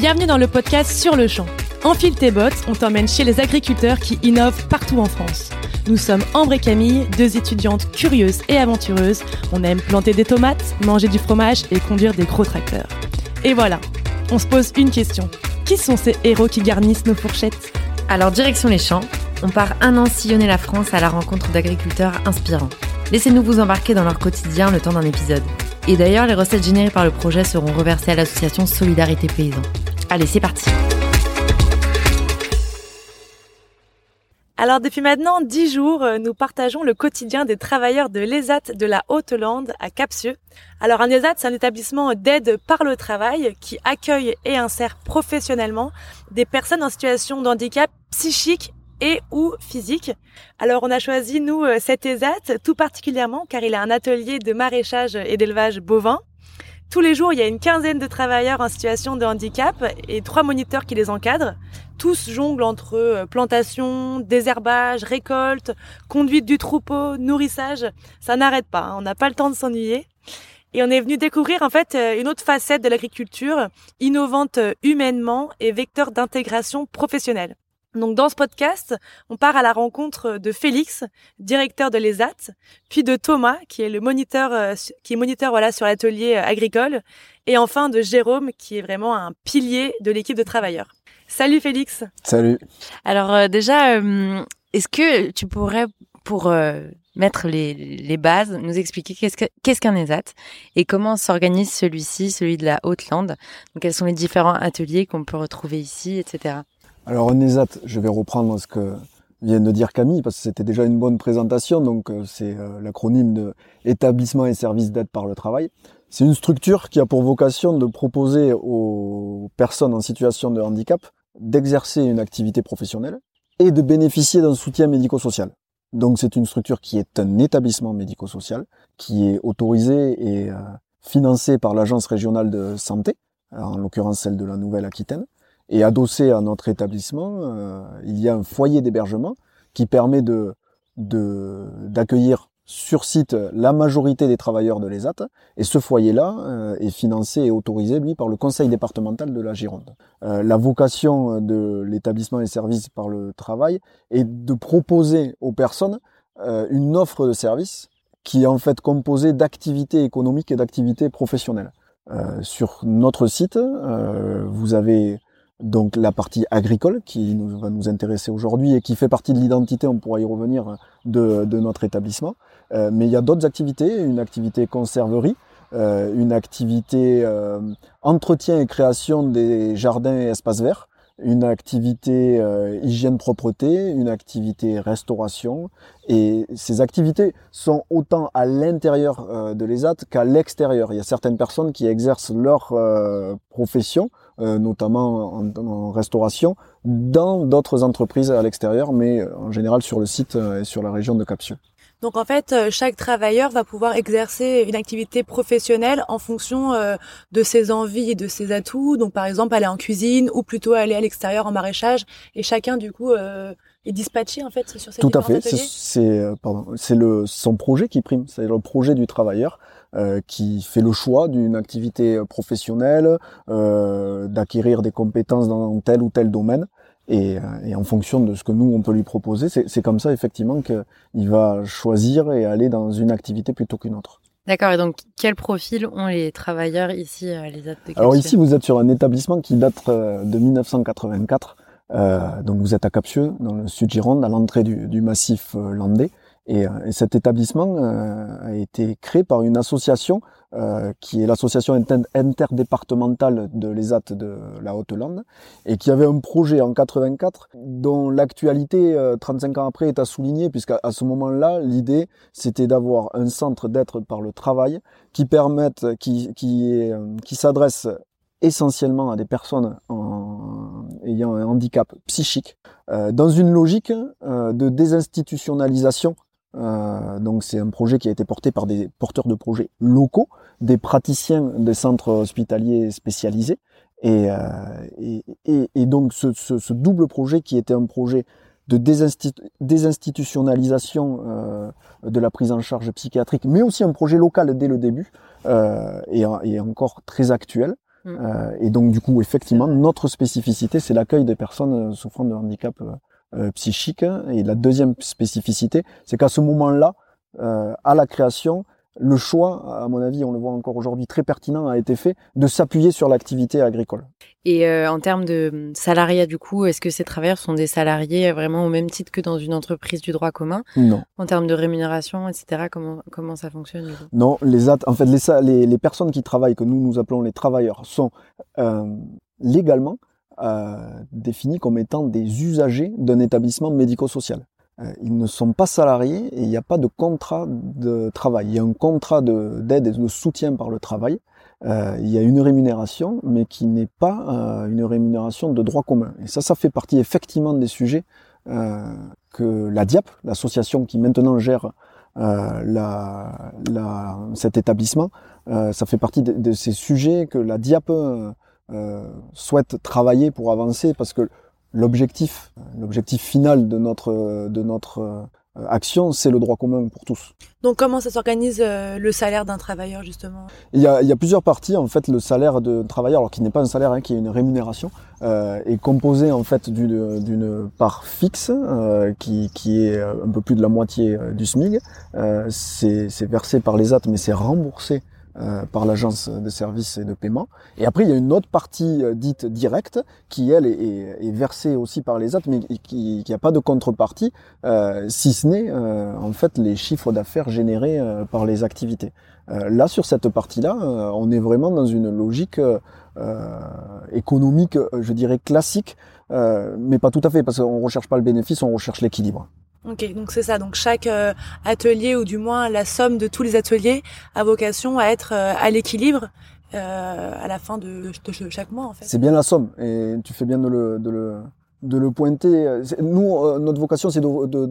Bienvenue dans le podcast Sur le champ. Enfile tes bottes, on t'emmène chez les agriculteurs qui innovent partout en France. Nous sommes Ambre et Camille, deux étudiantes curieuses et aventureuses. On aime planter des tomates, manger du fromage et conduire des gros tracteurs. Et voilà, on se pose une question. Qui sont ces héros qui garnissent nos fourchettes ? Alors direction les champs, on part un an sillonner la France à la rencontre d'agriculteurs inspirants. Laissez-nous vous embarquer dans leur quotidien le temps d'un épisode. Et d'ailleurs, les recettes générées par le projet seront reversées à l'association Solidarité Paysans. Allez, c'est parti. Alors depuis maintenant 10 jours, nous partageons le quotidien des travailleurs de l'ESAT de la Haute-Lande à Capsieux. Alors un ESAT, c'est un établissement d'aide par le travail qui accueille et insère professionnellement des personnes en situation de handicap psychique et ou physique. Alors on a choisi, nous, cet ESAT tout particulièrement car il a un atelier de maraîchage et d'élevage bovin. Tous les jours, il y a une quinzaine de travailleurs en situation de handicap et 3 moniteurs qui les encadrent. Tous jonglent entre plantation, désherbage, récolte, conduite du troupeau, nourrissage. Ça n'arrête pas, on n'a pas le temps de s'ennuyer. Et on est venu découvrir en fait une autre facette de l'agriculture, innovante humainement et vecteur d'intégration professionnelle. Donc dans ce podcast, on part à la rencontre de Félix, directeur de l'ESAT, puis de Thomas, qui est moniteur sur l'atelier agricole, et enfin de Jérôme, qui est vraiment un pilier de l'équipe de travailleurs. Salut Félix. Salut. Alors déjà, est-ce que tu pourrais, pour mettre les bases, nous expliquer qu'est-ce qu'un ESAT et comment s'organise celui-ci, celui de la Haute-Lande ? Donc quels sont les différents ateliers qu'on peut retrouver ici, etc. Alors un ESAT, je vais reprendre ce que vient de dire Camille parce que c'était déjà une bonne présentation. Donc c'est l'acronyme de Établissement et Services d'aide par le travail. C'est une structure qui a pour vocation de proposer aux personnes en situation de handicap d'exercer une activité professionnelle et de bénéficier d'un soutien médico-social. Donc c'est une structure qui est un établissement médico-social qui est autorisé et financé par l'Agence régionale de santé, en l'occurrence celle de la Nouvelle-Aquitaine. Et adossé à notre établissement, il y a un foyer d'hébergement qui permet d'accueillir sur site la majorité des travailleurs de l'ESAT. Et ce foyer-là est financé et autorisé, lui, par le conseil départemental de la Gironde. La vocation de l'établissement et services par le travail est de proposer aux personnes une offre de services qui est en fait composée d'activités économiques et d'activités professionnelles. Sur notre site, vous avez donc la partie agricole qui va nous intéresser aujourd'hui et qui fait partie de l'identité, on pourra y revenir, de notre établissement. Mais il y a d'autres activités, une activité conserverie, une activité entretien et création des jardins et espaces verts, une activité hygiène-propreté, une activité restauration. Et ces activités sont autant à l'intérieur de l'ESAT qu'à l'extérieur. Il y a certaines personnes qui exercent leur profession, notamment en restauration, dans d'autres entreprises à l'extérieur, mais en général sur le site et sur la région de Capsieux. Donc en fait, chaque travailleur va pouvoir exercer une activité professionnelle en fonction de ses envies et de ses atouts. Donc par exemple, aller en cuisine ou plutôt aller à l'extérieur en maraîchage. Et chacun du coup est dispatché en fait sur ces Tout à différents fait. ateliers. C'est son projet qui prime. C'est le projet du travailleur qui fait le choix d'une activité professionnelle, d'acquérir des compétences dans tel ou tel domaine. Et en fonction de ce que nous on peut lui proposer, c'est comme ça effectivement qu'il va choisir et aller dans une activité plutôt qu'une autre. D'accord, et donc quel profil ont les travailleurs ici à l'ESAT de Capsieux ? Alors ici vous êtes sur un établissement qui date de 1984, donc vous êtes à Capsieux, dans le sud Gironde, à l'entrée du massif landais. Et cet établissement a été créé par une association qui est l'association interdépartementale de l'ESAT de la Haute-Lande et qui avait un projet en 84 dont l'actualité 35 ans après est à souligner puisqu'à ce moment-là l'idée c'était d'avoir un centre d'aide par le travail qui s'adresse essentiellement à des personnes ayant un handicap psychique dans une logique de désinstitutionnalisation. Donc c'est un projet qui a été porté par des porteurs de projets locaux, des praticiens des centres hospitaliers spécialisés, et donc ce double projet qui était un projet de désinstitutionnalisation de la prise en charge psychiatrique, mais aussi un projet local dès le début, et encore très actuel. Et donc du coup, effectivement, notre spécificité, c'est l'accueil des personnes souffrant de handicap psychique. Et la deuxième spécificité, c'est qu'à ce moment-là, à la création, le choix, à mon avis, on le voit encore aujourd'hui, très pertinent, a été fait de s'appuyer sur l'activité agricole. Et en termes de salariat, du coup, est-ce que ces travailleurs sont des salariés vraiment au même titre que dans une entreprise du droit commun? Non. En termes de rémunération, etc., comment ça fonctionne, du coup? Non, en fait, les personnes qui travaillent, que nous appelons les travailleurs, sont légalement définis comme étant des usagers d'un établissement médico-social. Ils ne sont pas salariés et il n'y a pas de contrat de travail. Il y a un contrat d'aide et de soutien par le travail. Il y a une rémunération, mais qui n'est pas une rémunération de droit commun. Et ça fait partie effectivement des sujets que la DIAP, l'association qui maintenant gère cet établissement, ça fait partie de ces sujets que la DIAP souhaite travailler pour avancer, parce que l'objectif final de notre action, c'est le droit commun pour tous. Donc comment ça s'organise le salaire d'un travailleur, justement? Il y a plusieurs parties. En fait, le salaire de travailleur, alors qui n'est pas un salaire, qui est une rémunération, est composé en fait d'une part fixe qui est un peu plus de la moitié du SMIC. C'est versé par l'ESAT, mais c'est remboursé par l'agence de services et de paiement. Et après, il y a une autre partie dite directe qui, elle, est versée aussi par l'ESAT, mais qui n'a pas de contrepartie, si ce n'est en fait les chiffres d'affaires générés par les activités. Là, sur cette partie-là, on est vraiment dans une logique économique, je dirais classique, mais pas tout à fait, parce qu'on recherche pas le bénéfice, on recherche l'équilibre. Ok, donc c'est ça. Donc chaque atelier, ou du moins la somme de tous les ateliers, a vocation à être à l'équilibre à la fin de chaque mois, en fait. C'est bien la somme, et tu fais bien de le pointer. Nous, notre vocation, c'est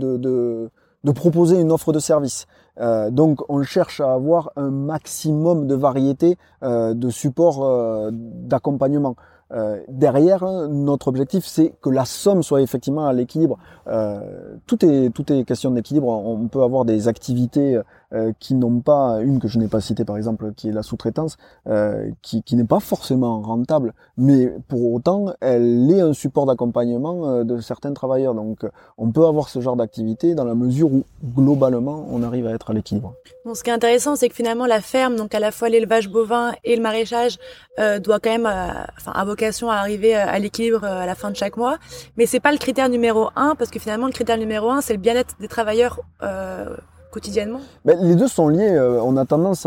de proposer une offre de service. Donc on cherche à avoir un maximum de variété de supports d'accompagnement. Derrière, notre objectif, c'est que la somme soit effectivement à l'équilibre. Tout est question d'équilibre. On peut avoir des activités qui n'ont pas, une que je n'ai pas citée par exemple, qui est la sous-traitance, qui n'est pas forcément rentable, mais pour autant, elle est un support d'accompagnement de certains travailleurs. Donc on peut avoir ce genre d'activité dans la mesure où globalement, on arrive à être à l'équilibre. Bon, ce qui est intéressant, c'est que finalement la ferme, donc à la fois l'élevage bovin et le maraîchage, doit quand même, a vocation à arriver à l'équilibre à la fin de chaque mois. Mais c'est pas le critère numéro 1, parce que finalement le critère numéro 1, c'est le bien-être des travailleurs quotidiennement. Ben, les deux sont liés. On a tendance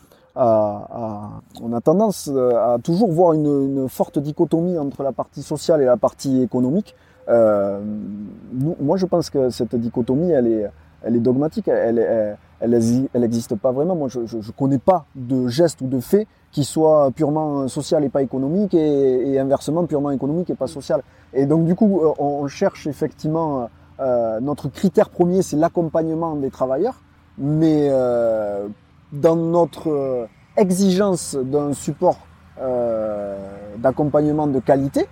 à toujours voir une forte dichotomie entre la partie sociale et la partie économique. Moi, je pense que cette dichotomie, elle est dogmatique. Elle existe pas vraiment. Moi, je connais pas de geste ou de fait qui soit purement social et pas économique, et inversement purement économique et pas social. Et donc, du coup, on cherche effectivement. Notre critère premier, c'est l'accompagnement des travailleurs, mais dans notre exigence d'un support d'accompagnement de qualité,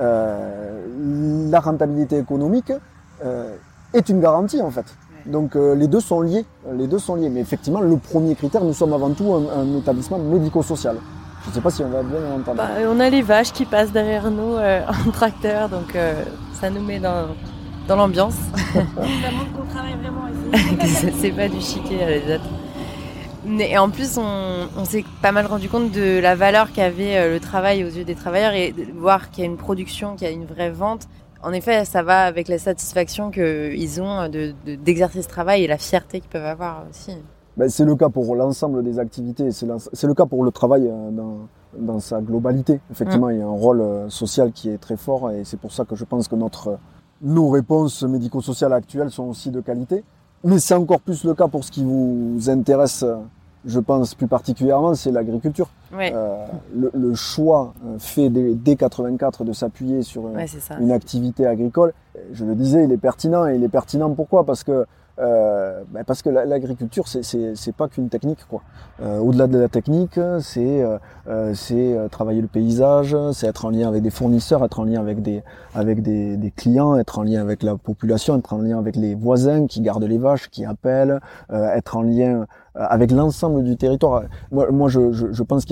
la rentabilité économique est une garantie en fait. Donc les deux sont liés. Mais effectivement, le premier critère, nous sommes avant tout un établissement médico-social. Je ne sais pas si on va bien l'entendre. On a les vaches qui passent derrière nous en tracteur, donc ça nous met dans l'ambiance. Ça montre qu'on travaille vraiment ici. C'est pas du chiquet à les autres. Et en plus, on s'est pas mal rendu compte de la valeur qu'avait le travail aux yeux des travailleurs, et de voir qu'il y a une production, qu'il y a une vraie vente. En effet, ça va avec la satisfaction qu'ils ont d'exercer ce travail et la fierté qu'ils peuvent avoir aussi. Ben, c'est le cas pour l'ensemble des activités, c'est le cas pour le travail dans sa globalité. Effectivement, il y a un rôle social qui est très fort, et c'est pour ça que je pense que nos réponses médico-sociales actuelles sont aussi de qualité. Mais c'est encore plus le cas pour ce qui vous intéresse, je pense plus particulièrement, c'est l'agriculture. Ouais. Le choix fait dès 84 de s'appuyer sur une activité agricole, je le disais, il est pertinent. Et il est pertinent pourquoi ? Parce que l'agriculture, c'est pas qu'une technique, quoi. Au-delà de la technique, c'est travailler le paysage, c'est être en lien avec des fournisseurs, être en lien avec des clients, être en lien avec la population, être en lien avec les voisins qui gardent les vaches, qui appellent, être en lien avec l'ensemble du territoire. Moi, je pense qu'il y a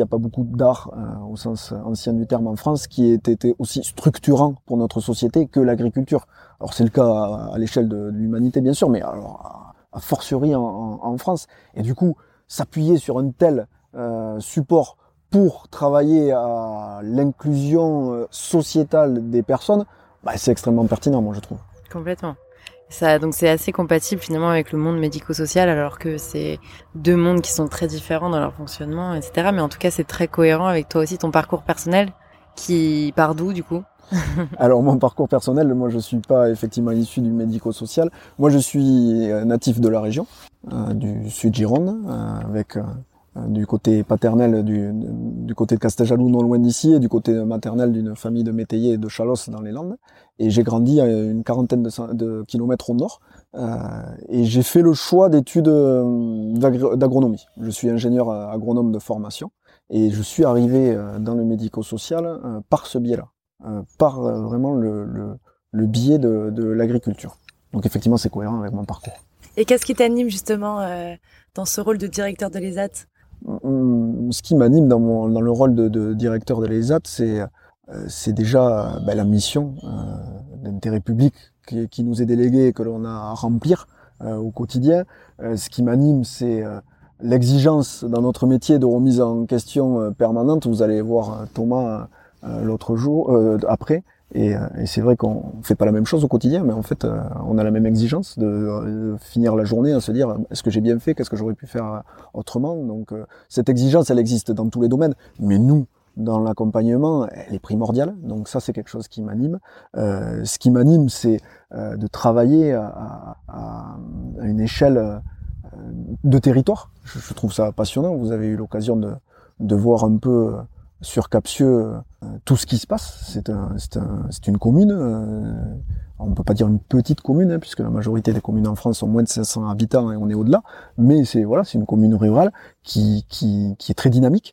pas beaucoup d'art au sens ancien du terme en France qui ait été aussi structurant pour notre société que l'agriculture. Alors c'est le cas à l'échelle de l'humanité bien sûr, mais alors a fortiori en France. Et du coup, s'appuyer sur un tel support pour travailler à l'inclusion sociétale des personnes, c'est extrêmement pertinent, moi je trouve. Complètement. Ça, donc c'est assez compatible finalement avec le monde médico-social, alors que c'est deux mondes qui sont très différents dans leur fonctionnement, etc. Mais en tout cas, c'est très cohérent avec toi aussi, ton parcours personnel, qui part d'où du coup? Alors mon parcours personnel, moi je suis pas effectivement issu du médico-social. Moi je suis natif de la région, du sud Gironde, avec du côté paternel du côté de Casteljaloux, non loin d'ici, et du côté maternel d'une famille de métayers et de Chalosse dans les Landes. Et j'ai grandi à une quarantaine de kilomètres au nord. Et j'ai fait le choix d'études d'agronomie. Je suis ingénieur agronome de formation. Et je suis arrivé dans le médico-social par ce biais-là. Par vraiment le biais de l'agriculture. Donc effectivement, c'est cohérent avec mon parcours. Et qu'est-ce qui t'anime justement dans ce rôle de directeur de l'ESAT ? Ce qui m'anime dans le rôle de directeur de l'ESAT, c'est déjà la mission d'intérêt public qui nous est déléguée et que l'on a à remplir au quotidien. Ce qui m'anime, c'est l'exigence dans notre métier de remise en question permanente. Vous allez voir Thomas l'autre jour, après. Et c'est vrai qu'on fait pas la même chose au quotidien, mais en fait, on a la même exigence de finir la journée à se dire est-ce que j'ai bien fait, qu'est-ce que j'aurais pu faire autrement. Donc cette exigence, elle existe dans tous les domaines, mais nous, dans l'accompagnement, elle est primordiale. Donc ça, c'est quelque chose qui m'anime. Ce qui m'anime, c'est de travailler à une échelle de territoire. Je trouve ça passionnant. Vous avez eu l'occasion de voir un peu sur Capsieux tout ce qui se passe. C'est une commune, on peut pas dire une petite commune, puisque la majorité des communes en France ont moins de 500 habitants et on est au-delà, mais c'est une commune rurale qui est très dynamique,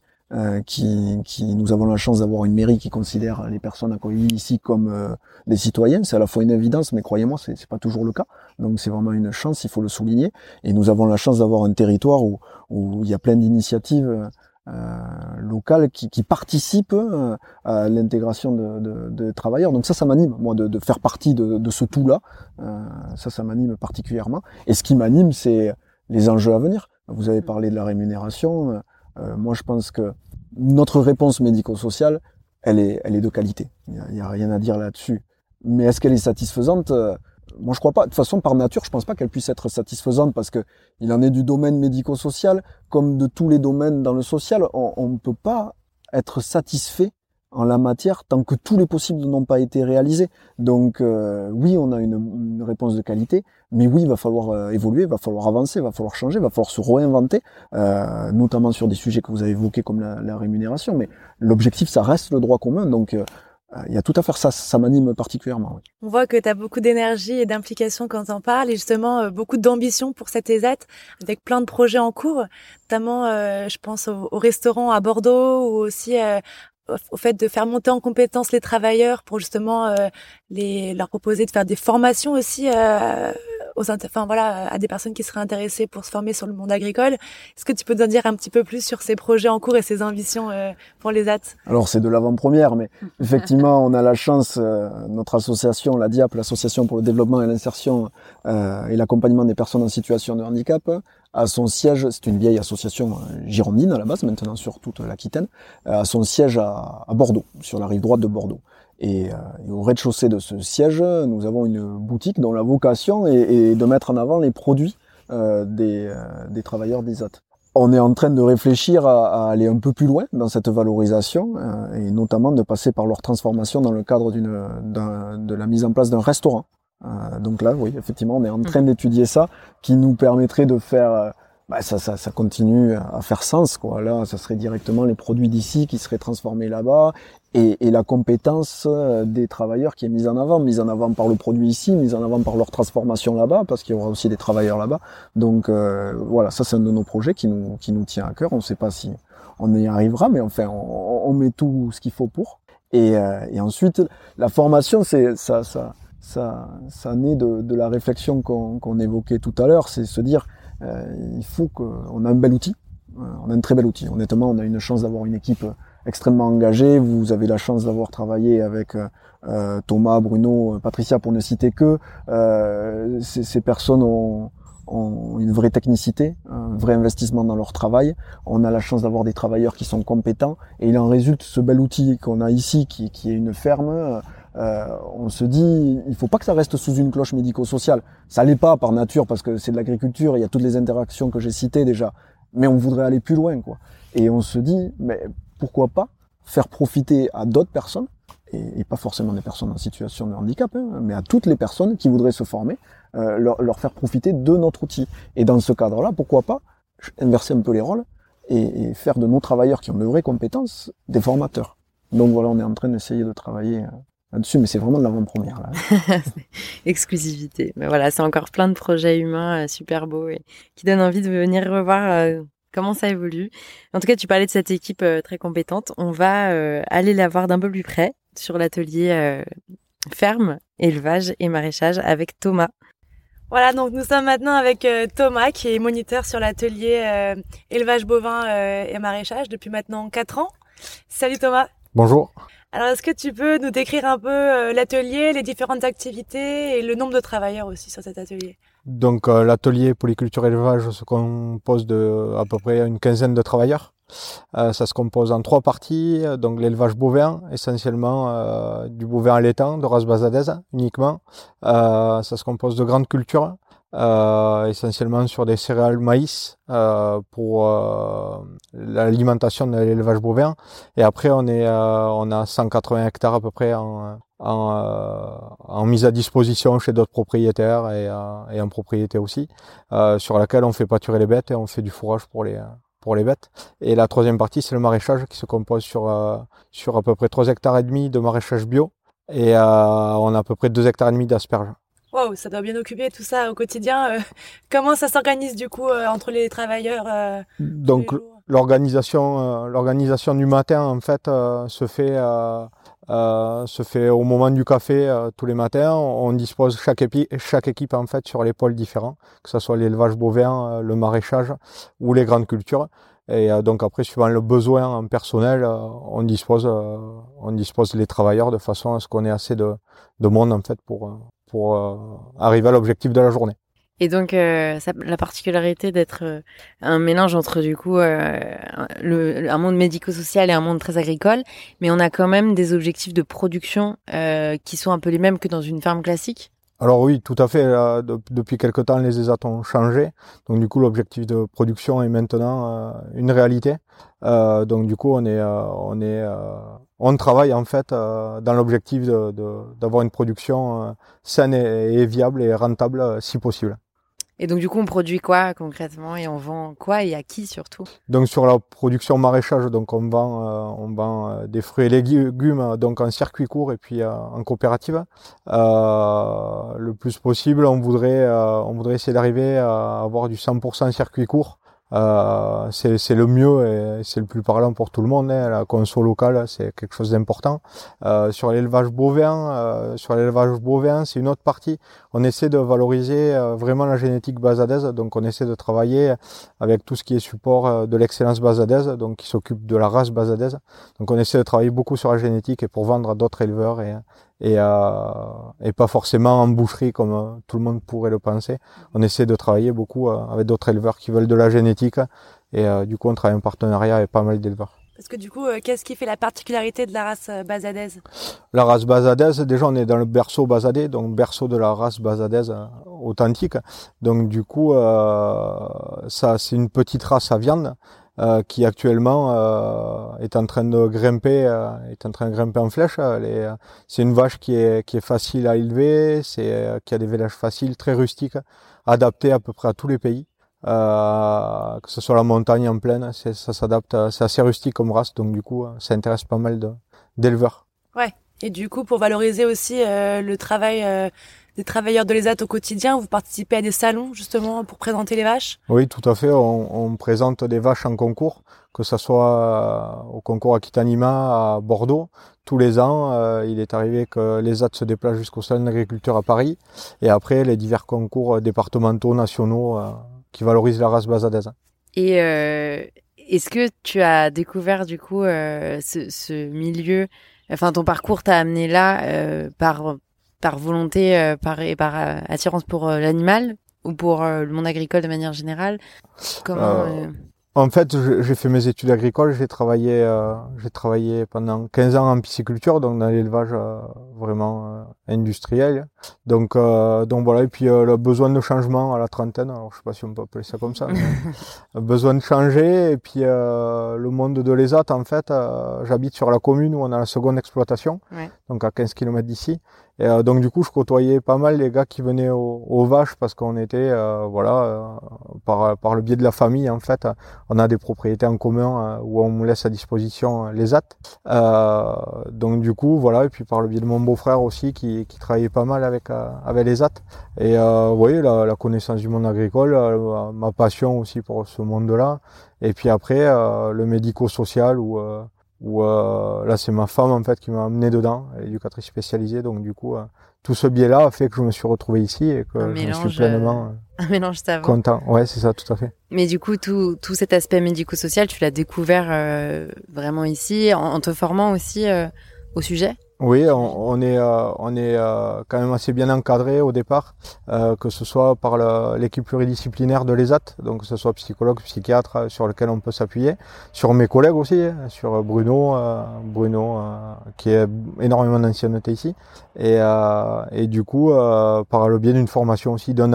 nous avons la chance d'avoir une mairie qui considère les personnes accueillies ici comme des citoyens. C'est à la fois une évidence, mais croyez-moi, c'est pas toujours le cas. Donc c'est vraiment une chance, il faut le souligner. Et nous avons la chance d'avoir un territoire où il y a plein d'initiatives locales qui participent à l'intégration de travailleurs. Donc ça m'anime, moi, de faire partie de ce tout-là. Ça m'anime particulièrement. Et ce qui m'anime, c'est les enjeux à venir. Vous avez parlé de la rémunération. Moi, je pense que notre réponse médico-sociale, elle est de qualité. Il y a rien à dire là-dessus. Mais est-ce qu'elle est satisfaisante ? Moi, je crois pas. De toute façon, par nature, je pense pas qu'elle puisse être satisfaisante parce que il en est du domaine médico-social comme de tous les domaines dans le social. On ne peut pas être satisfait en la matière tant que tous les possibles n'ont pas été réalisés. Donc oui, on a une réponse de qualité, mais oui, il va falloir évoluer, il va falloir avancer, il va falloir changer, il va falloir se réinventer, notamment sur des sujets que vous avez évoqués comme la rémunération. Mais l'objectif, ça reste le droit commun. Donc il y a tout à faire, ça m'anime particulièrement. Oui. On voit que tu as beaucoup d'énergie et d'implication quand t'en parles, et justement beaucoup d'ambition pour cet ESAT, avec plein de projets en cours, notamment je pense au restaurant à Bordeaux, ou aussi au fait de faire monter en compétence les travailleurs pour justement leur proposer de faire des formations aussi à des personnes qui seraient intéressées pour se former sur le monde agricole. Est-ce que tu peux nous en dire un petit peu plus sur ces projets en cours et ces ambitions pour l'ESAT ? Alors c'est de l'avant-première, mais effectivement on a la chance, notre association, la DIAP, l'Association pour le développement et l'insertion et l'accompagnement des personnes en situation de handicap, à son siège, c'est une vieille association girondine à la base, maintenant sur toute l'Aquitaine, à son siège à Bordeaux, sur la rive droite de Bordeaux. Et au rez-de-chaussée de ce siège, nous avons une boutique dont la vocation est de mettre en avant les produits des travailleurs d'ESAT. On est en train de réfléchir à aller un peu plus loin dans cette valorisation et notamment de passer par leur transformation dans le cadre de la mise en place d'un restaurant. Donc là, oui, effectivement, on est en train d'étudier ça, qui nous permettrait de faire... ça continue à faire sens, quoi. Là, ça serait directement les produits d'ici qui seraient transformés là-bas, et la compétence des travailleurs qui est mise en avant par le produit ici, mise en avant par leur transformation là-bas, parce qu'il y aura aussi des travailleurs là-bas. Donc voilà, ça c'est un de nos projets qui nous tient à cœur. On ne sait pas si on y arrivera, mais enfin, on met tout ce qu'il faut pour. Et ensuite, la formation, ça naît de la réflexion qu'on évoquait tout à l'heure, c'est se dire il faut qu'on a un bel outil On a un très bel outil. Honnêtement, on a une chance d'avoir une équipe extrêmement engagée. Vous avez la chance d'avoir travaillé avec Thomas, Bruno, Patricia, pour ne citer que. Ces personnes ont une vraie technicité, un vrai investissement dans leur travail. On a la chance d'avoir des travailleurs qui sont compétents et il en résulte ce bel outil qu'on a ici qui est une ferme. On se dit, il faut pas que ça reste sous une cloche médico-sociale. Ça l'est pas par nature parce que c'est de l'agriculture, il y a toutes les interactions que j'ai citées déjà. Mais on voudrait aller plus loin, quoi. Et on se dit, mais pourquoi pas faire profiter à d'autres personnes, et pas forcément des personnes en situation de handicap, mais à toutes les personnes qui voudraient se former, leur faire profiter de notre outil. Et dans ce cadre-là, pourquoi pas inverser un peu les rôles et faire de nos travailleurs qui ont de vraies compétences des formateurs. Donc voilà, on est en train d'essayer de travailler là-dessus, mais c'est vraiment de l'avant-première, là. Exclusivité. Mais voilà, c'est encore plein de projets humains super beaux et qui donnent envie de venir revoir comment ça évolue. En tout cas, tu parlais de cette équipe très compétente. On va aller la voir d'un peu plus près sur l'atelier ferme, élevage et maraîchage avec Thomas. Voilà, donc nous sommes maintenant avec Thomas qui est moniteur sur l'atelier élevage bovin et maraîchage depuis maintenant 4 ans. Salut Thomas. Bonjour. Alors est-ce que tu peux nous décrire un peu l'atelier, les différentes activités et le nombre de travailleurs aussi sur cet atelier? Donc l'atelier polyculture élevage se compose de à peu près une quinzaine de travailleurs. Ça se compose en 3 parties, donc l'élevage bovin, essentiellement du bovin allaitant de race basadaise uniquement. Ça se compose de grandes cultures, essentiellement sur des céréales maïs pour l'alimentation de l'élevage bovin. Et après on a 180 hectares à peu près en mise à disposition chez d'autres propriétaires et en propriété aussi, sur laquelle on fait pâturer les bêtes et on fait du fourrage pour les bêtes. Et la 3e partie, c'est le maraîchage qui se compose sur à peu près 3 hectares et demi de maraîchage bio et on a à peu près 2 hectares et demi d'asperges. Wow, ça doit bien occuper tout ça au quotidien. Comment ça s'organise du coup entre les travailleurs Donc l'organisation du matin en fait se fait au moment du café tous les matins. On dispose chaque équipe en fait sur les pôles différents, que ce soit l'élevage bovin, le maraîchage ou les grandes cultures. Et donc après, suivant le besoin en personnel, on dispose les travailleurs de façon à ce qu'on ait assez de monde en fait pour arriver à l'objectif de la journée. Et donc, la particularité d'être un mélange entre, du coup, un monde médico-social et un monde très agricole, mais on a quand même des objectifs de production qui sont un peu les mêmes que dans une ferme classique. Alors oui, tout à fait. Depuis quelque temps, les ESAT ont changé. Donc du coup, l'objectif de production est maintenant une réalité. Donc du coup, on travaille en fait dans l'objectif d'avoir une production saine et viable et rentable si possible. Et donc du coup, on produit quoi concrètement et on vend quoi et à qui surtout? Donc sur la production maraîchage, donc on vend des fruits et légumes donc en circuit court et puis en coopérative. Le plus possible, on voudrait essayer d'arriver à avoir du 100% circuit court. C'est le mieux et c'est le plus parlant pour tout le monde. La conso locale, c'est quelque chose d'important. Sur l'élevage bovin, c'est une autre partie. On essaie de valoriser vraiment la génétique basadaise. Donc, on essaie de travailler avec tout ce qui est support de l'excellence basadaise, donc qui s'occupe de la race basadaise. Donc, on essaie de travailler beaucoup sur la génétique et pour vendre à d'autres éleveurs et pas forcément en boucherie comme tout le monde pourrait le penser. On essaie de travailler beaucoup avec d'autres éleveurs qui veulent de la génétique et du coup on travaille en partenariat avec pas mal d'éleveurs. Parce que du coup, qu'est-ce qui fait la particularité de la race basadaise? La race basadaise, déjà on est dans le berceau basadé, donc berceau de la race basadaise authentique. Donc du coup, ça c'est une petite race à viande qui actuellement est en train de grimper en flèche. C'est une vache qui est facile à élever, qui a des vélages faciles, très rustiques, adaptés à peu près à tous les pays. Que ce soit la montagne en plaine, ça s'adapte, c'est assez rustique comme race, donc du coup ça intéresse pas mal d'éleveurs. Ouais. Et du coup, pour valoriser aussi le travail des travailleurs de l'ESAT au quotidien, vous participez à des salons justement pour présenter les vaches? Oui, tout à fait. On présente des vaches en concours, que ce soit au concours Aquitanima à Bordeaux. Tous les ans, il est arrivé que l'ESAT se déplace jusqu'au salon d'agriculture à Paris. Et après, les divers concours départementaux, nationaux qui valorisent la race basadaise. Et Est-ce que tu as découvert du coup ce milieu, enfin ton parcours t'a amené là par volonté, par attirance pour l'animal ou pour le monde agricole de manière générale? Comment En fait, j'ai fait mes études agricoles, j'ai travaillé pendant 15 ans en pisciculture, donc dans l'élevage vraiment industriel. Donc voilà, et puis le besoin de changement à la trentaine, alors je sais pas si on peut appeler ça comme ça, mais besoin de changer, et puis le monde de l'ESAT, en fait, j'habite sur la commune où on a la seconde exploitation, donc à 15 km d'ici. Et donc du coup, je côtoyais pas mal les gars qui venaient aux vaches parce qu'on était par le biais de la famille, en fait, on a des propriétés en commun où on laisse à disposition les ZAT. Donc du coup, voilà, et puis par le biais de mon beau-frère aussi qui travaillait pas mal avec les ZAT. Et vous voyez, la connaissance du monde agricole, ma passion aussi pour ce monde-là. Et puis après, le médico-social où là c'est ma femme en fait qui m'a amené dedans, elle est éducatrice spécialisée, donc du coup tout ce biais-là a fait que je me suis retrouvé ici et que je me suis pleinement un mélange savant. Content. Ouais, c'est ça, tout à fait. Mais du coup, tout cet aspect médico-social, tu l'as découvert vraiment ici, en te formant aussi au sujet? Oui, on est quand même assez bien encadré au départ, que ce soit par l'équipe pluridisciplinaire de l'ESAT, donc que ce soit psychologue, psychiatre sur lequel on peut s'appuyer, sur mes collègues aussi, sur Bruno qui est énormément d'ancienneté ici, et du coup par le biais d'une formation aussi d'1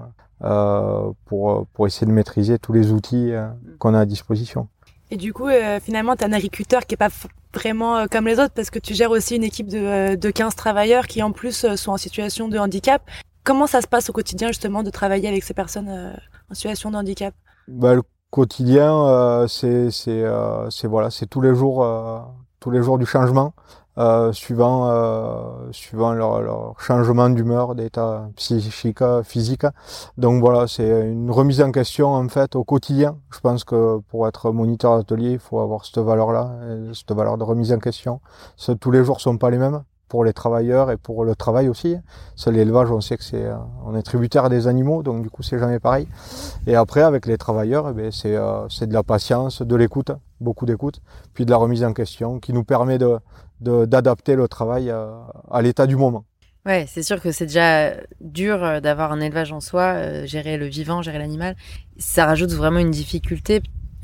an pour essayer de maîtriser tous les outils qu'on a à disposition. Et du coup, finalement, t'es un agriculteur qui est pas vraiment comme les autres parce que tu gères aussi une équipe de 15 travailleurs qui en plus sont en situation de handicap. Comment ça se passe au quotidien justement de travailler avec ces personnes en situation de handicap? Le quotidien, c'est tous les jours du changement. Suivant leur changement d'humeur, d'état psychique, physique. Donc voilà, c'est une remise en question en fait au quotidien. Je pense que pour être moniteur d'atelier, il faut avoir cette valeur-là, cette valeur de remise en question. Tous les jours sont pas les mêmes pour les travailleurs et pour le travail aussi. C'est l'élevage, on sait que on est tributaire des animaux, donc du coup c'est jamais pareil. Et après avec les travailleurs, c'est de la patience, de l'écoute, beaucoup d'écoute, puis de la remise en question qui nous permet d'adapter le travail à l'état du moment. Ouais, c'est sûr que c'est déjà dur d'avoir un élevage en soi, gérer le vivant, gérer l'animal. Ça rajoute vraiment une difficulté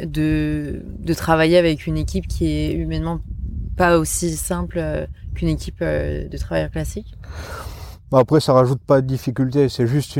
de travailler avec une équipe qui est humainement pas aussi simple qu'une équipe de travailleurs classiques. Après, ça rajoute pas de difficulté, c'est juste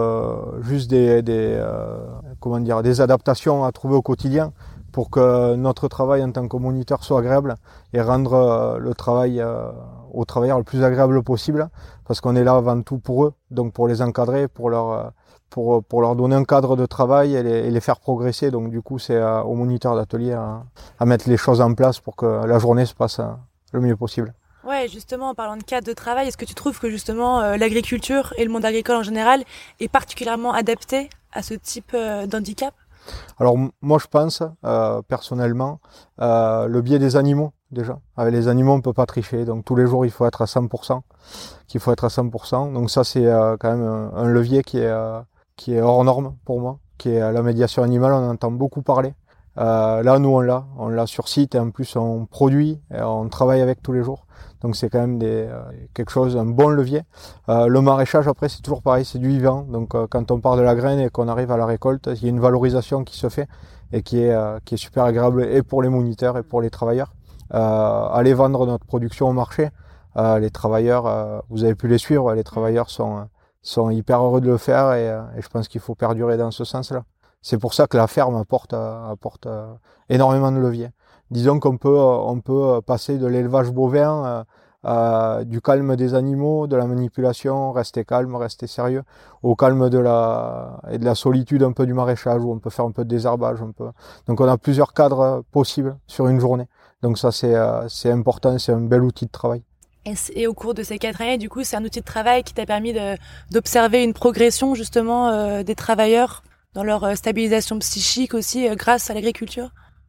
des adaptations à trouver au quotidien pour que notre travail en tant que moniteur soit agréable et rendre le travail aux travailleurs le plus agréable possible, parce qu'on est là avant tout pour eux, donc pour les encadrer, pour leur donner un cadre de travail et les faire progresser. Donc du coup, c'est au moniteur d'atelier à mettre les choses en place pour que la journée se passe le mieux possible. Ouais, justement, en parlant de cadre de travail, est-ce que tu trouves que justement l'agriculture et le monde agricole en général est particulièrement adapté à ce type d'handicap? Alors moi je pense personnellement le biais des animaux déjà. Avec les animaux on peut pas tricher, donc tous les jours il faut être à 100%. Donc ça c'est quand même un levier qui est hors norme pour moi, qui est la médiation animale, on entend beaucoup parler. Là nous on l'a sur site et en plus on produit et on travaille avec tous les jours. Donc c'est quand même un bon levier. Le maraîchage après c'est toujours pareil, c'est du vivant. Donc quand on part de la graine et qu'on arrive à la récolte, il y a une valorisation qui se fait et qui est super agréable et pour les moniteurs et pour les travailleurs. Aller vendre notre production au marché, les travailleurs, vous avez pu les suivre, les travailleurs sont hyper heureux de le faire et je pense qu'il faut perdurer dans ce sens-là. C'est pour ça que la ferme apporte énormément de leviers. Disons qu'on peut passer de l'élevage bovin, du calme des animaux, de la manipulation, rester calme, rester sérieux, au calme de la solitude un peu du maraîchage où on peut faire un peu de désherbage, Donc on a plusieurs cadres possibles sur une journée. Donc ça c'est important, c'est un bel outil de travail. Et au cours de ces 4 années, du coup, c'est un outil de travail qui t'a permis d'observer une progression justement des travailleurs dans leur stabilisation psychique aussi grâce à l'agriculture?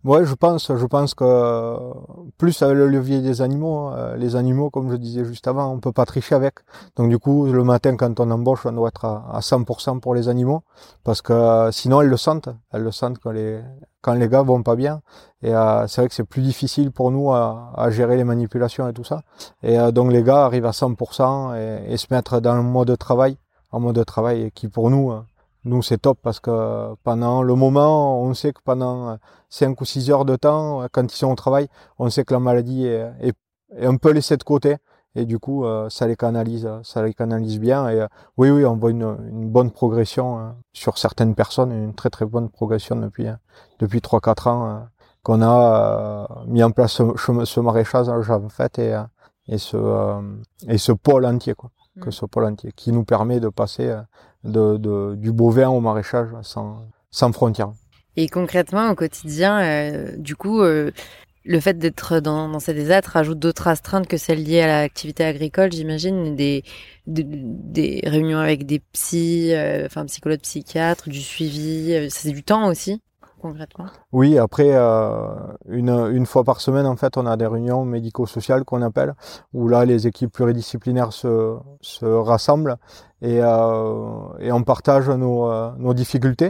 Ouais, je pense que plus avec le levier des animaux, les animaux, comme je disais juste avant, on peut pas tricher avec. Donc du coup, le matin, quand on embauche, on doit être à 100% pour les animaux, parce que sinon elles le sentent quand les gars vont pas bien. Et c'est vrai que c'est plus difficile pour nous à gérer les manipulations et tout ça. Et donc les gars arrivent à 100% et se mettre dans le mode de travail, en mode de travail qui pour nous, c'est top parce que pendant le moment, on sait que pendant 5 ou 6 heures de temps, quand ils sont au travail, on sait que la maladie est un peu laissée de côté. Et du coup, ça les canalise bien. Et oui, on voit une bonne progression sur certaines personnes, une très très bonne progression depuis 3-4 ans qu'on a mis en place ce maraîchage en fait et ce pôle entier quoi. Que ce pôle entier qui nous permet de passer du bovin au maraîchage sans frontières. Et concrètement, au quotidien, du coup, le fait d'être dans cette ESAT rajoute d'autres astreintes que celles liées à l'activité agricole, j'imagine, des réunions avec des psychologues, psychiatres, du suivi, c'est du temps aussi, concrètement. Oui, après, une fois par semaine, en fait, on a des réunions médico-sociales qu'on appelle, où là, les équipes pluridisciplinaires se rassemblent et on partage nos difficultés,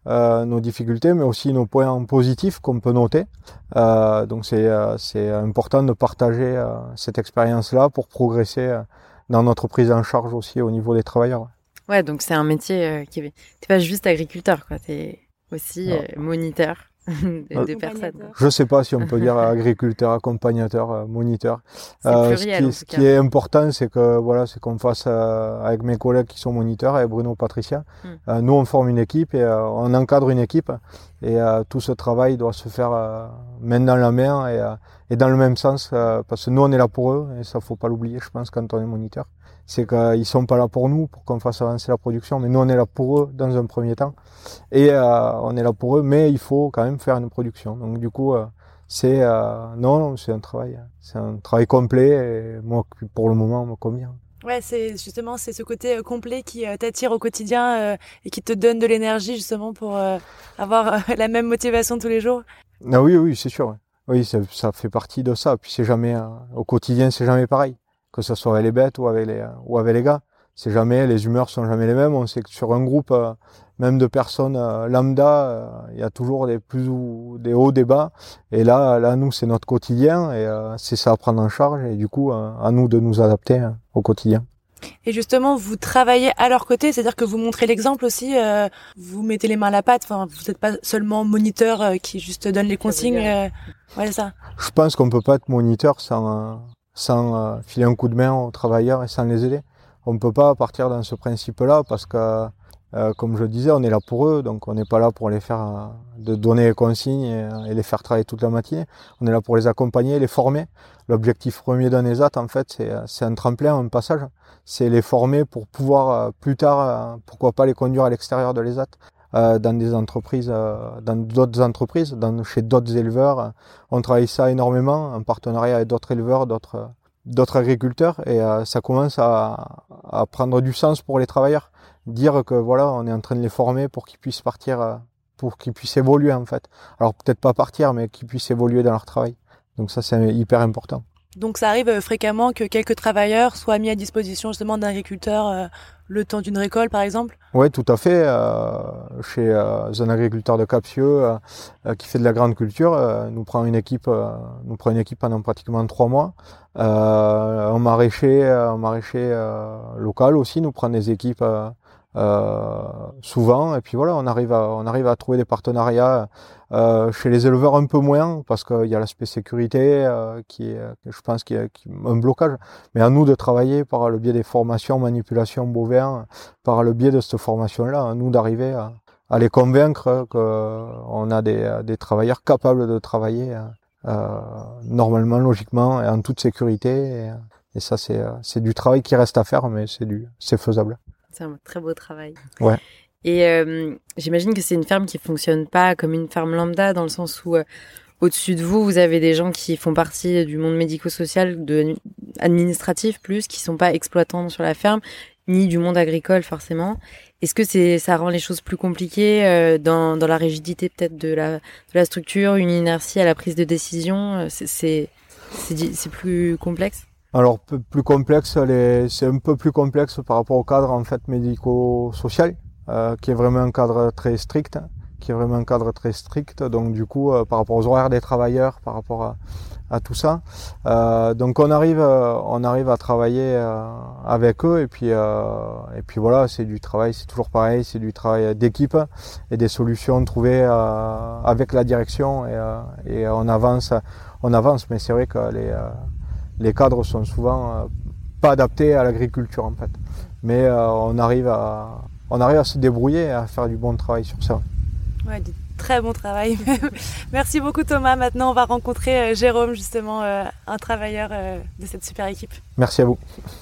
mais aussi nos points positifs qu'on peut noter. Donc c'est important de partager cette expérience-là pour progresser dans notre prise en charge aussi au niveau des travailleurs. Ouais, donc c'est un métier t'es pas juste agriculteur, quoi, t'es aussi moniteur des personnes. Je sais pas si on peut dire agriculteur, accompagnateur, moniteur. C'est pluriel, ce qui est important, c'est qu'on fasse avec mes collègues qui sont moniteurs, avec Bruno, Patricia. Nous, on forme une équipe et on encadre une équipe. Et tout ce travail doit se faire main dans la main et dans le même sens, parce que nous, on est là pour eux, et ça, faut pas l'oublier, je pense, quand on est moniteur. C'est qu'ils sont pas là pour nous, pour qu'on fasse avancer la production, mais nous, on est là pour eux dans un premier temps. Et on est là pour eux, mais il faut quand même faire une production. Donc du coup, c'est un travail complet, et moi, pour le moment, me convient. Ouais, c'est ce côté complet qui t'attire au quotidien et qui te donne de l'énergie justement pour avoir la même motivation tous les jours. Ah oui, c'est sûr. Oui, ça fait partie de ça. Puis c'est jamais au quotidien, c'est jamais pareil. Que ce soit avec les bêtes ou avec les gars, les humeurs sont jamais les mêmes. On sait que sur un groupe, même de personnes lambda, il y a toujours des hauts, des bas. Et là, nous, c'est notre quotidien et c'est ça à prendre en charge. Et du coup, à nous de nous adapter au quotidien. Et justement, vous travaillez à leur côté, c'est-à-dire que vous montrez l'exemple aussi, vous mettez les mains à la pâte. Enfin, vous n'êtes pas seulement moniteur qui juste donne les consignes. Ouais, c'est ça. Je pense qu'on peut pas être moniteur sans filer un coup de main aux travailleurs et sans les aider. On ne peut pas partir dans ce principe-là parce que, comme je disais, on est là pour eux, donc on n'est pas là pour les faire de donner les consignes et les faire travailler toute la matinée. On est là pour les accompagner, les former. L'objectif premier d'un ESAT, en fait, c'est un tremplin, un passage. C'est les former pour pouvoir plus tard, pourquoi pas les conduire à l'extérieur de l'ESAT. Dans des entreprises, dans d'autres entreprises, chez d'autres éleveurs. On travaille ça énormément en partenariat avec d'autres éleveurs, d'autres agriculteurs, et ça commence à prendre du sens pour les travailleurs. Dire que voilà, on est en train de les former pour qu'ils puissent partir, pour qu'ils puissent évoluer en fait. Alors peut-être pas partir, mais qu'ils puissent évoluer dans leur travail. Donc ça, c'est hyper important. Donc ça arrive fréquemment que quelques travailleurs soient mis à disposition justement d'un agriculteur le temps d'une récolte, par exemple? Oui, tout à fait. Chez un agriculteur de Capsieux qui fait de la grande culture, nous prend une équipe pendant pratiquement 3 mois. Un maraîcher local aussi nous prend des équipes souvent, et puis voilà, on arrive à trouver des partenariats chez les éleveurs un peu moins parce qu'il y a l'aspect sécurité je pense qui est un blocage, mais à nous de travailler par le biais des formations manipulation bovin, par le biais de cette formation là, à nous d'arriver à les convaincre qu'on a des travailleurs capables de travailler normalement, logiquement et en toute sécurité, et ça c'est du travail qui reste à faire, mais c'est faisable. C'est un très beau travail. Ouais. Et j'imagine que c'est une ferme qui fonctionne pas comme une ferme lambda, dans le sens où au-dessus de vous, vous avez des gens qui font partie du monde médico-social, administratif plus, qui sont pas exploitants sur la ferme, ni du monde agricole forcément. Est-ce que ça rend les choses plus compliquées dans la rigidité peut-être de la structure, une inertie à la prise de décision? C'est plus complexe? Alors plus complexe, c'est un peu plus complexe par rapport au cadre en fait médico-social, qui est vraiment un cadre très strict, Donc du coup, par rapport aux horaires des travailleurs, par rapport à tout ça, donc on arrive à travailler avec eux et puis voilà, c'est du travail, c'est toujours pareil, c'est du travail d'équipe et des solutions trouvées avec la direction et on avance, mais c'est vrai que les cadres sont souvent pas adaptés à l'agriculture en fait. Mais on arrive à se débrouiller et à faire du bon travail sur ça. Ouais, du très bon travail. Merci beaucoup Thomas. Maintenant, on va rencontrer Jérôme, justement, un travailleur de cette super équipe. Merci à vous.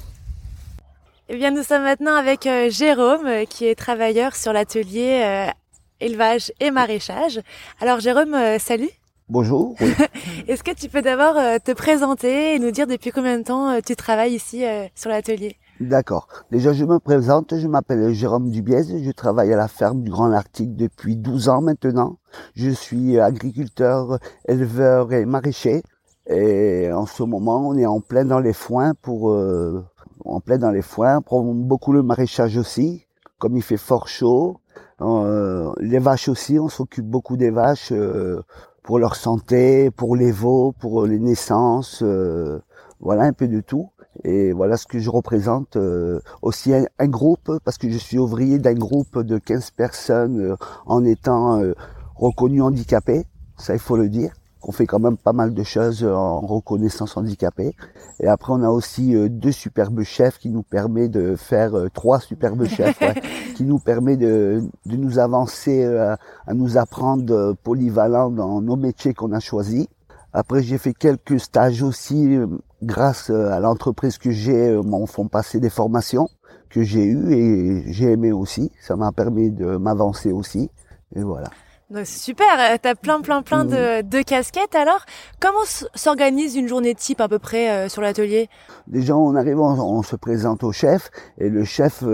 Eh bien, nous sommes maintenant avec Jérôme, qui est travailleur sur l'atelier élevage et maraîchage. Alors Jérôme, salut. Bonjour. Oui. Est-ce que tu peux d'abord te présenter et nous dire depuis combien de temps tu travailles ici sur l'atelier? D'accord. Déjà, je me présente. Je m'appelle Jérôme Dubiez. Je travaille à la ferme du Grand Arctique depuis 12 ans maintenant. Je suis agriculteur, éleveur et maraîcher. Et en ce moment, on est en plein dans les foins on prend beaucoup le maraîchage aussi. Comme il fait fort chaud. Les vaches aussi, on s'occupe beaucoup des vaches. Pour leur santé, pour les veaux, pour les naissances, voilà un peu de tout. Et voilà ce que je représente. Aussi un groupe, parce que je suis ouvrier d'un groupe de 15 personnes en étant reconnu handicapé, ça il faut le dire. On fait quand même pas mal de choses en reconnaissance handicapée. Et après on a aussi 2 superbes chefs qui nous permet de faire 3 superbes chefs, ouais, qui nous permet de nous avancer, à nous apprendre polyvalents dans nos métiers qu'on a choisis. Après j'ai fait quelques stages aussi, grâce à l'entreprise que j'ai, m'en font passer des formations que j'ai eues et j'ai aimé aussi. Ça m'a permis de m'avancer aussi. Et voilà. Donc c'est super, t'as plein de casquettes. Alors, comment s'organise une journée type à peu près sur l'atelier? Déjà, on arrive, on se présente au chef et le chef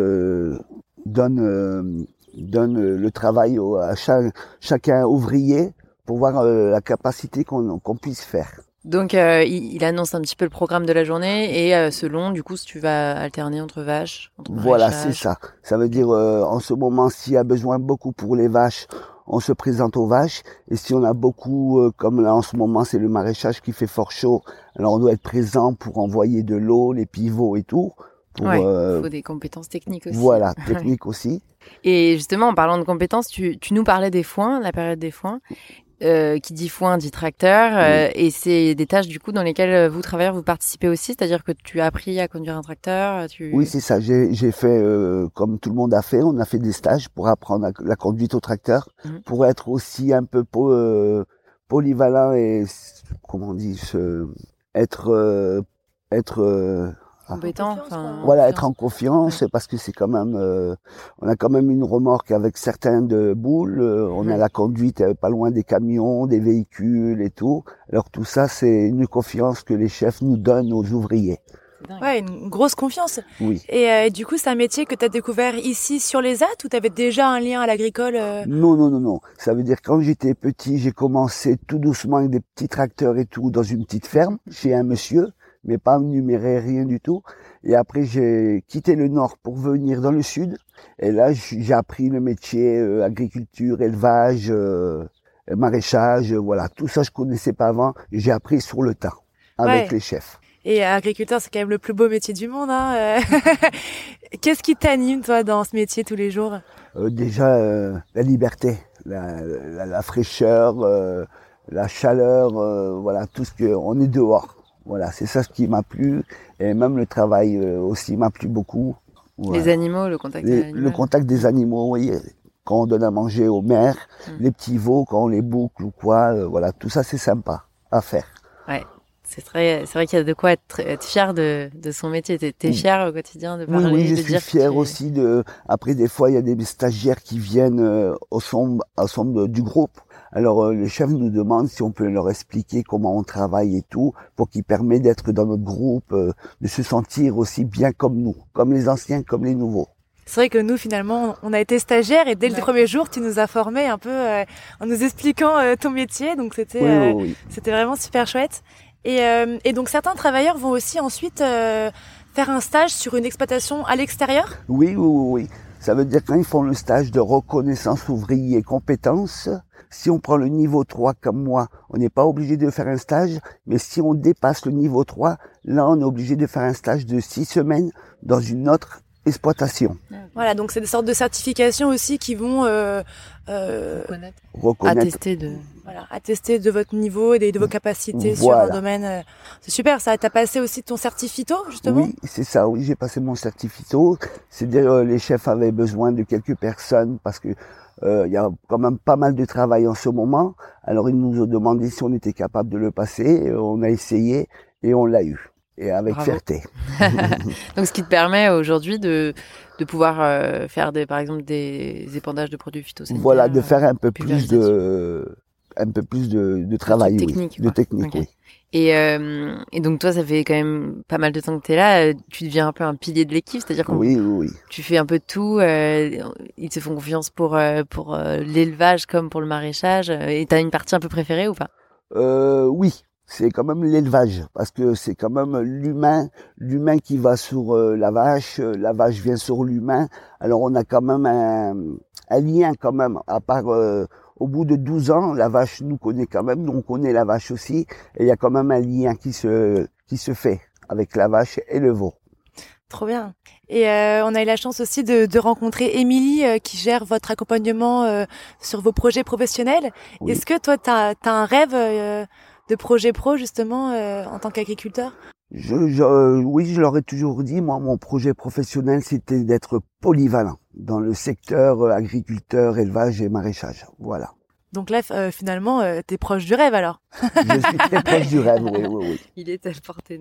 donne le travail à chacun ouvrier pour voir la capacité qu'on puisse faire. Donc il annonce un petit peu le programme de la journée et selon du coup si tu vas alterner entre vaches, voilà, c'est ça. Ça veut dire en ce moment s'il y a besoin beaucoup pour les vaches, on se présente aux vaches. Et si on a beaucoup, comme là en ce moment c'est le maraîchage qui fait fort chaud, alors on doit être présent pour envoyer de l'eau, les pivots et tout. Il faut des compétences techniques aussi. Voilà, techniques aussi. Et justement en parlant de compétences, tu nous parlais des foins, la période des foins. Qui dit foin dit tracteur, oui. Et c'est des tâches du coup dans lesquelles vous travailleurs vous participez aussi, c'est-à-dire que tu as appris à conduire un tracteur. Oui, c'est ça. J'ai fait comme tout le monde a fait. On a fait des stages pour apprendre la conduite au tracteur, pour être aussi un peu polyvalent et comment on dit, être compétent. Voilà, être en confiance, parce que c'est quand même, on a quand même une remorque avec certains de boules, on a la conduite pas loin des camions, des véhicules et tout. Alors tout ça, c'est une confiance que les chefs nous donnent aux ouvriers. Ouais, une grosse confiance. Oui. Et du coup, c'est un métier que tu as découvert ici sur les ZAT ou tu avais déjà un lien à l'agricole Non. Ça veut dire quand j'étais petit, j'ai commencé tout doucement avec des petits tracteurs et tout dans une petite ferme chez un monsieur, mais pas numéré, rien du tout. Et après, j'ai quitté le nord pour venir dans le sud. Et là, j'ai appris le métier agriculture, élevage, maraîchage, voilà. Tout ça, je connaissais pas avant. J'ai appris sur le tas avec les chefs. Et agriculteur, c'est quand même le plus beau métier du monde, hein. Qu'est-ce qui t'anime, toi, dans ce métier tous les jours? Déjà, la liberté, la fraîcheur, la chaleur, voilà, tout ce que on est dehors. Voilà, c'est ça ce qui m'a plu. Et même le travail aussi m'a plu beaucoup. Voilà. Les animaux, le contact des animaux. Le contact des animaux, oui. Quand on donne à manger aux mères, les petits veaux, quand on les boucle ou quoi, voilà, tout ça c'est sympa à faire. Ouais. C'est vrai qu'il y a de quoi être fier de son métier. T'es fier au quotidien de parler, oui, de je suis dire fier aussi après des fois, il y a des stagiaires qui viennent au sombre du groupe. Alors les chefs nous demandent si on peut leur expliquer comment on travaille et tout, pour qu'ils permettent d'être dans notre groupe, de se sentir aussi bien comme nous, comme les anciens, comme les nouveaux. C'est vrai que nous, finalement, on a été stagiaires et dès le premier jour, tu nous as formés un peu en nous expliquant ton métier. Donc, c'était c'était vraiment super chouette. Et donc, certains travailleurs vont aussi ensuite faire un stage sur une exploitation à l'extérieur ? Oui. Ça veut dire quand ils font le stage de reconnaissance ouvrier et compétences, si on prend le niveau 3 comme moi, on n'est pas obligé de faire un stage, mais si on dépasse le niveau 3, là, on est obligé de faire un stage de 6 semaines dans une autre exploitation. Voilà, donc c'est des sortes de certifications aussi qui vont reconnaître. Attester de votre niveau et de vos capacités sur un domaine. C'est super, ça. T'as passé aussi ton certifito, justement ? Oui, c'est ça. Oui, j'ai passé mon certifito. C'est-à-dire, les chefs avaient besoin de quelques personnes parce que il y a quand même pas mal de travail en ce moment. Alors, ils nous ont demandé si on était capable de le passer. On a essayé et on l'a eu. Et avec fierté. Donc, ce qui te permet aujourd'hui de pouvoir faire par exemple des épandages de produits phytosanitaires. Voilà, de faire un peu plus de travail, de technique, okay. Et donc toi, ça fait quand même pas mal de temps que t'es là. Tu deviens un peu un pilier de l'équipe, c'est-à-dire que oui. Tu fais un peu de tout. Ils te font confiance pour l'élevage comme pour le maraîchage. Et t'as une partie un peu préférée ou pas ? Oui. C'est quand même l'élevage, parce que c'est quand même l'humain qui va sur la vache vient sur l'humain. Alors on a quand même un lien quand même, à part au bout de 12 ans, la vache nous connaît quand même, nous on connaît la vache aussi, et il y a quand même un lien qui se fait avec la vache et le veau. Trop bien. Et on a eu la chance aussi de rencontrer Émilie qui gère votre accompagnement sur vos projets professionnels. Oui. Est-ce que toi t'as un rêve de projet pro justement en tant qu'agriculteur ? Oui, je leur ai toujours dit, moi, mon projet professionnel, c'était d'être polyvalent dans le secteur agriculteur, élevage et maraîchage. Voilà. Donc là, finalement, t'es proche du rêve alors. Je suis très proche du rêve, oui. Il est à portée.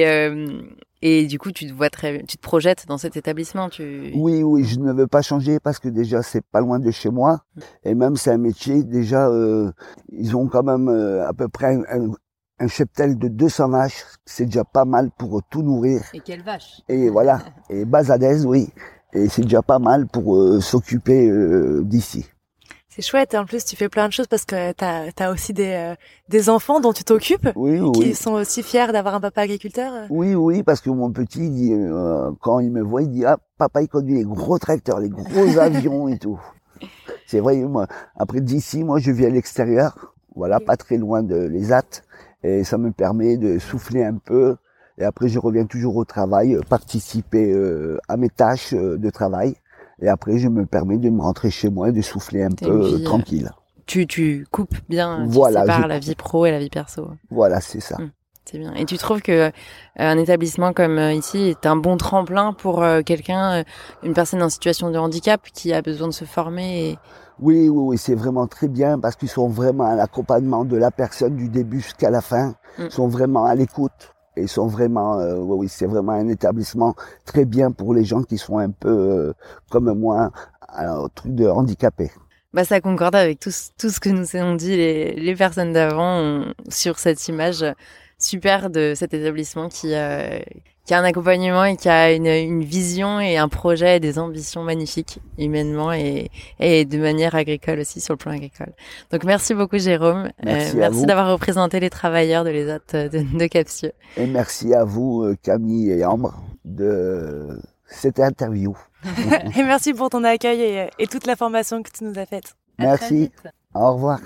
Et du coup, tu te projettes dans cet établissement. Oui, je ne veux pas changer parce que déjà, c'est pas loin de chez moi. Et même, c'est un métier, déjà, ils ont quand même à peu près un cheptel de 200 vaches. C'est déjà pas mal pour tout nourrir. Et quelle vache ? Et voilà. Et Bazadez, oui. Et c'est déjà pas mal pour s'occuper d'ici. C'est chouette, en plus tu fais plein de choses parce que t'as aussi des enfants dont tu t'occupes, qui sont aussi fiers d'avoir un papa agriculteur. Oui, parce que mon petit dit, quand il me voit, il dit papa il conduit les gros tracteurs, les gros avions et tout. C'est vrai, moi après d'ici, moi je vis à l'extérieur, voilà, pas très loin de l'ESAT, et ça me permet de souffler un peu. Et après je reviens toujours au travail, participer à mes tâches de travail. Et après, je me permets de me rentrer chez moi et de souffler un peu tranquille. Tu coupes bien, tu sépares la vie pro et la vie perso. Voilà, c'est ça. C'est bien. Et tu trouves que un établissement comme ici est un bon tremplin pour quelqu'un, une personne en situation de handicap qui a besoin de se former Oui, c'est vraiment très bien parce qu'ils sont vraiment à l'accompagnement de la personne du début jusqu'à la fin. Ils sont vraiment à l'écoute. Et ils sont vraiment, c'est vraiment un établissement très bien pour les gens qui sont un peu comme moi, un truc de handicapé. Bah ça concorde avec tout ce que nous ont dit les personnes d'avant sur cette image super de cet établissement qui a un accompagnement et qui a une vision et un projet et des ambitions magnifiques humainement et de manière agricole aussi sur le plan agricole. Donc merci beaucoup Jérôme. Merci d'avoir représenté les travailleurs de l'ESAT de Capsieux. Et merci à vous Camille et Ambre de cette interview. Et merci pour ton accueil et toute la formation que tu nous as faite. Merci. Au revoir.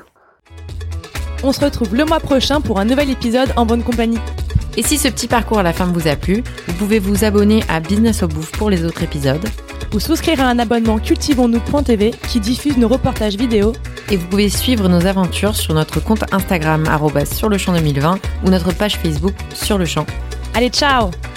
On se retrouve le mois prochain pour un nouvel épisode en bonne compagnie. Et si ce petit parcours à la ferme vous a plu, vous pouvez vous abonner à Business au Bouffe pour les autres épisodes. Ou souscrire à un abonnement cultivons-nous.tv qui diffuse nos reportages vidéo. Et vous pouvez suivre nos aventures sur notre compte Instagram @surlechamp2020 ou notre page Facebook Sur le Champ. Allez, ciao!